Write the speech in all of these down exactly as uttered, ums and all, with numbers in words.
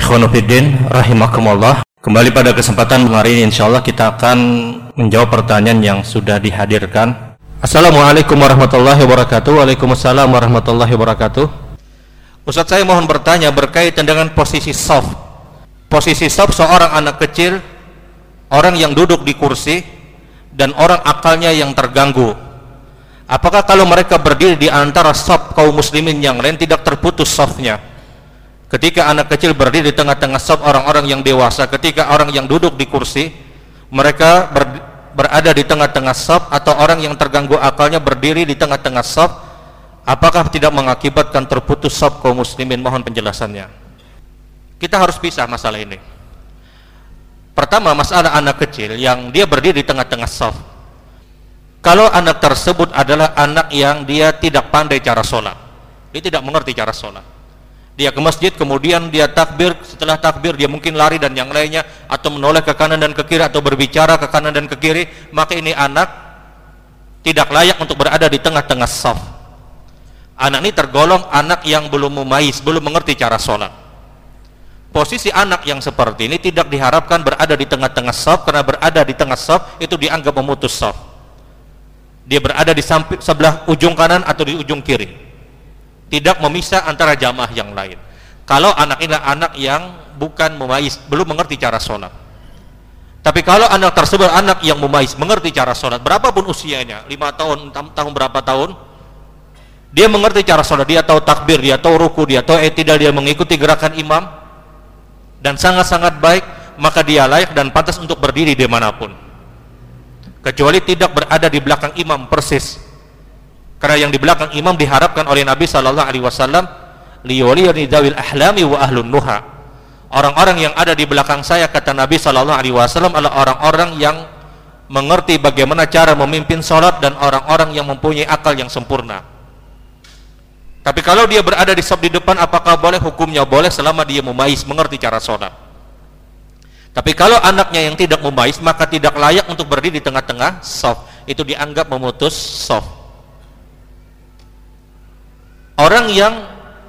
Ikhwanuddin rahimakumullah. Kembali pada kesempatan hari ini insyaallah kita akan menjawab pertanyaan yang sudah dihadirkan. Assalamualaikum warahmatullahi wabarakatuh. Waalaikumsalam warahmatullahi wabarakatuh. Ustaz, saya mohon bertanya berkaitan dengan posisi shaf. Posisi shaf seorang anak kecil, orang yang duduk di kursi, dan orang akalnya yang terganggu. Apakah kalau mereka berdiri di antara shaf kaum muslimin yang lain tidak terputus shafnya? Ketika anak kecil berdiri di tengah-tengah shaf orang-orang yang dewasa, ketika orang yang duduk di kursi, mereka ber, berada di tengah-tengah shaf, atau orang yang terganggu akalnya berdiri di tengah-tengah shaf, apakah tidak mengakibatkan terputus shaf kaum muslimin? Mohon penjelasannya. Kita harus pisah masalah ini. Pertama, masalah anak kecil yang dia berdiri di tengah-tengah shaf. Kalau anak tersebut adalah anak yang dia tidak pandai cara sholat, dia tidak mengerti cara sholat, dia ke masjid, kemudian dia takbir, setelah takbir dia mungkin lari dan yang lainnya, atau menoleh ke kanan dan ke kiri, atau berbicara ke kanan dan ke kiri, maka ini anak tidak layak untuk berada di tengah-tengah shaf. Anak ini tergolong anak yang belum mumayyiz, belum mengerti cara sholat. Posisi anak yang seperti ini tidak diharapkan berada di tengah-tengah shaf, karena berada di tengah shaf itu dianggap memutus shaf. Dia berada di samping, sebelah ujung kanan atau di ujung kiri, tidak memisah antara jamaah yang lain. Kalau anak ini anak yang bukan mumayyiz, belum mengerti cara sholat. Tapi kalau anak tersebut anak yang mumayyiz, mengerti cara sholat, berapapun usianya, lima tahun, enam tahun, berapa tahun, dia mengerti cara sholat, dia tahu takbir, dia tahu ruku, dia tahu i'tidal, dia mengikuti gerakan imam, dan sangat-sangat baik, maka dia layak dan pantas untuk berdiri dimanapun, kecuali tidak berada di belakang imam persis. Karena yang di belakang imam diharapkan oleh Nabi Shallallahu Alaihi Wasallam, liyawliyani dzawil ahlami wa ahlun nuha. Orang-orang yang ada di belakang saya, kata Nabi Shallallahu Alaihi Wasallam, adalah orang-orang yang mengerti bagaimana cara memimpin sholat dan orang-orang yang mempunyai akal yang sempurna. Tapi kalau dia berada di shaf di depan, apakah boleh? Hukumnya boleh selama dia mumayyiz, mengerti cara sholat. Tapi kalau anaknya yang tidak mumayyiz, maka tidak layak untuk berdiri di tengah-tengah shaf. Itu dianggap memutus shaf. Orang yang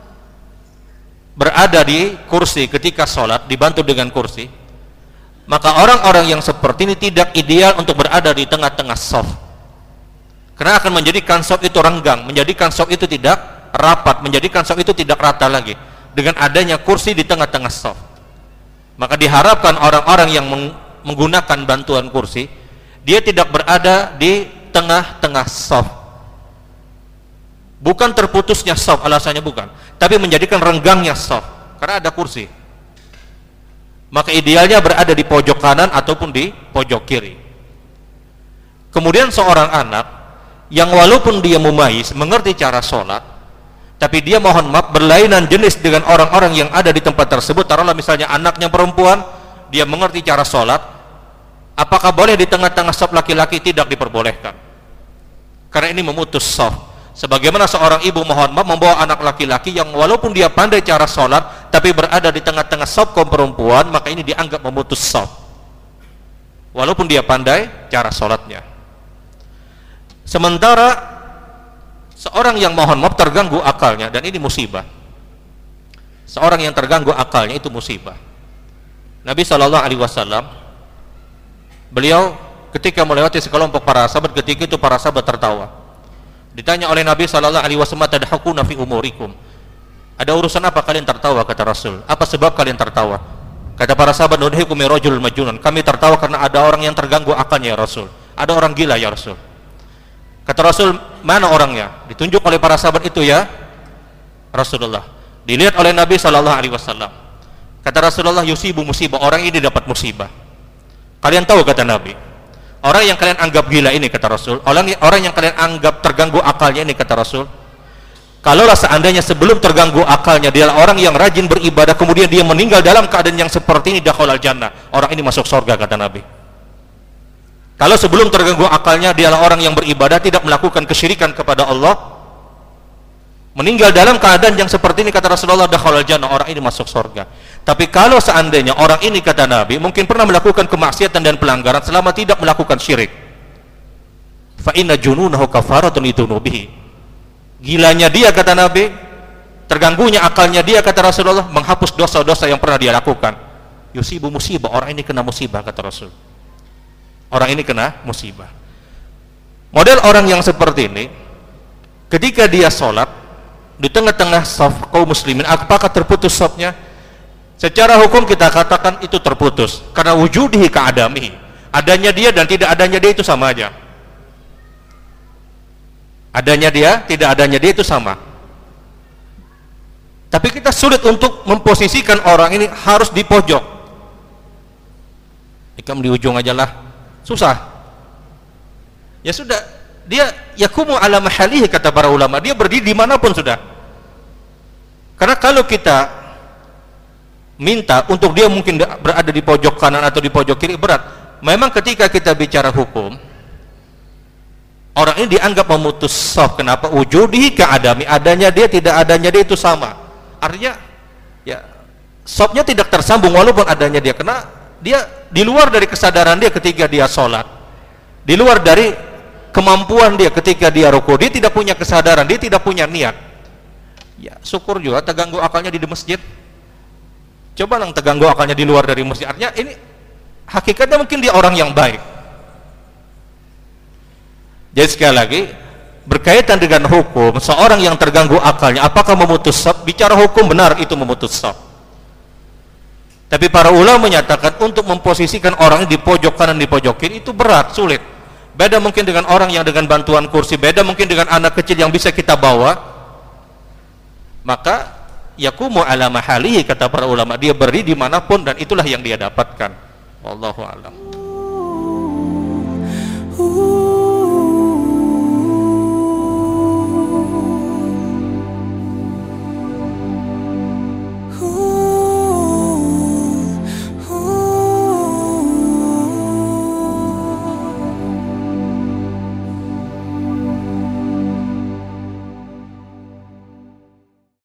berada di kursi ketika sholat, dibantu dengan kursi, maka orang-orang yang seperti ini tidak ideal untuk berada di tengah-tengah shaf, karena akan menjadikan shaf itu renggang, menjadikan shaf itu tidak rapat, menjadikan shaf itu tidak rata lagi dengan adanya kursi di tengah-tengah shaf. Maka diharapkan orang-orang yang menggunakan bantuan kursi, dia tidak berada di tengah-tengah shaf. Bukan terputusnya shaf alasannya, bukan, tapi menjadikan renggangnya shaf karena ada kursi. Maka idealnya berada di pojok kanan ataupun di pojok kiri. Kemudian seorang anak yang walaupun dia mumayyiz, mengerti cara sholat, tapi dia mohon maaf berlainan jenis dengan orang-orang yang ada di tempat tersebut. Taruhlah misalnya anaknya perempuan, dia mengerti cara sholat, apakah boleh di tengah-tengah shaf laki-laki? Tidak diperbolehkan, karena ini memutus shaf. Sebagaimana seorang ibu mohon maaf membawa anak laki-laki yang walaupun dia pandai cara sholat, tapi berada di tengah-tengah shaf kaum perempuan, maka ini dianggap memutus shaf walaupun dia pandai cara sholatnya. Sementara seorang yang mohon maaf terganggu akalnya, dan ini musibah, seorang yang terganggu akalnya itu musibah. Nabi Shallallahu Alaihi Wasallam, beliau ketika melewati sekelompok para sahabat, ketika itu para sahabat tertawa. Ditanya oleh Nabi Shallallahu Alaihi Wasallam, tadhakuna fi umurikum, ada urusan apa kalian tertawa? Kata Rasul, apa sebab kalian tertawa? Kata para sahabat, nudhiku min rajul majnun, kami tertawa karena ada orang yang terganggu akalnya ya Rasul, ada orang gila ya Rasul. Kata Rasul, mana orangnya? Ditunjuk oleh para sahabat itu ya Rasulullah. Dilihat oleh Nabi Shallallahu Alaihi Wasallam. Kata Rasulullah, yusibu musibah, orang ini dapat musibah. Kalian tahu, kata Nabi, orang yang kalian anggap gila ini, kata Rasul, orang, orang yang kalian anggap terganggu akalnya ini, kata Rasul, kalaulah seandainya sebelum terganggu akalnya dia adalah orang yang rajin beribadah, kemudian dia meninggal dalam keadaan yang seperti ini, dakhalal jannah, orang ini masuk surga, kata Nabi. Kalau sebelum terganggu akalnya dia adalah orang yang beribadah, tidak melakukan kesyirikan kepada Allah, meninggal dalam keadaan yang seperti ini, kata Rasulullah, dakhalal jannah, orang ini masuk surga. Tapi kalau seandainya orang ini, kata Nabi, mungkin pernah melakukan kemaksiatan dan pelanggaran selama tidak melakukan syirik, fa inna jununahu kafaratun lidunubihi, gilanya dia, kata Nabi, terganggunya akalnya dia, kata Rasulullah, menghapus dosa-dosa yang pernah dia lakukan. Yusibu musibah, orang ini kena musibah, kata Rasul. Orang ini kena musibah. Model orang yang seperti ini, ketika dia sholat di tengah-tengah saf kaum muslimin, apakah terputus safnya? Secara hukum kita katakan itu terputus, karena wujudihi ka'adamihi, adanya dia dan tidak adanya dia itu sama aja. Adanya dia, tidak adanya dia itu sama. Tapi kita sulit untuk memposisikan orang ini harus di pojok. Ikam di ujung aja lah, susah. Ya sudah, dia yakumu ala mahalihi, kata para ulama, dia berdiri dimanapun sudah. Karena kalau kita minta untuk dia mungkin berada di pojok kanan atau di pojok kiri, berat. Memang ketika kita bicara hukum, orang ini dianggap memutus shaf. Kenapa? Wujudihi ka'adami, adanya dia tidak adanya dia itu sama. Artinya ya shafnya tidak tersambung walaupun adanya dia, karena dia di luar dari kesadaran dia ketika dia sholat, di luar dari kemampuan dia ketika dia ruku, dia tidak punya kesadaran, dia tidak punya niat. Ya syukur juga terganggu akalnya di masjid. Coba nang terganggu akalnya di luar dari masjid, artinya ini hakikatnya mungkin dia orang yang baik. Jadi sekali lagi, berkaitan dengan hukum, seorang yang terganggu akalnya apakah memutus shaf? Bicara hukum benar itu memutus shaf. Tapi para ulama menyatakan untuk memposisikan orang di pojok kanan, di pojok kiri itu berat, sulit. Beda mungkin dengan orang yang dengan bantuan kursi, beda mungkin dengan anak kecil yang bisa kita bawa. Maka yakumu ala mahalihi, kata para ulama, dia berdiri dimanapun dan itulah yang dia dapatkan. Wallahu a'lam.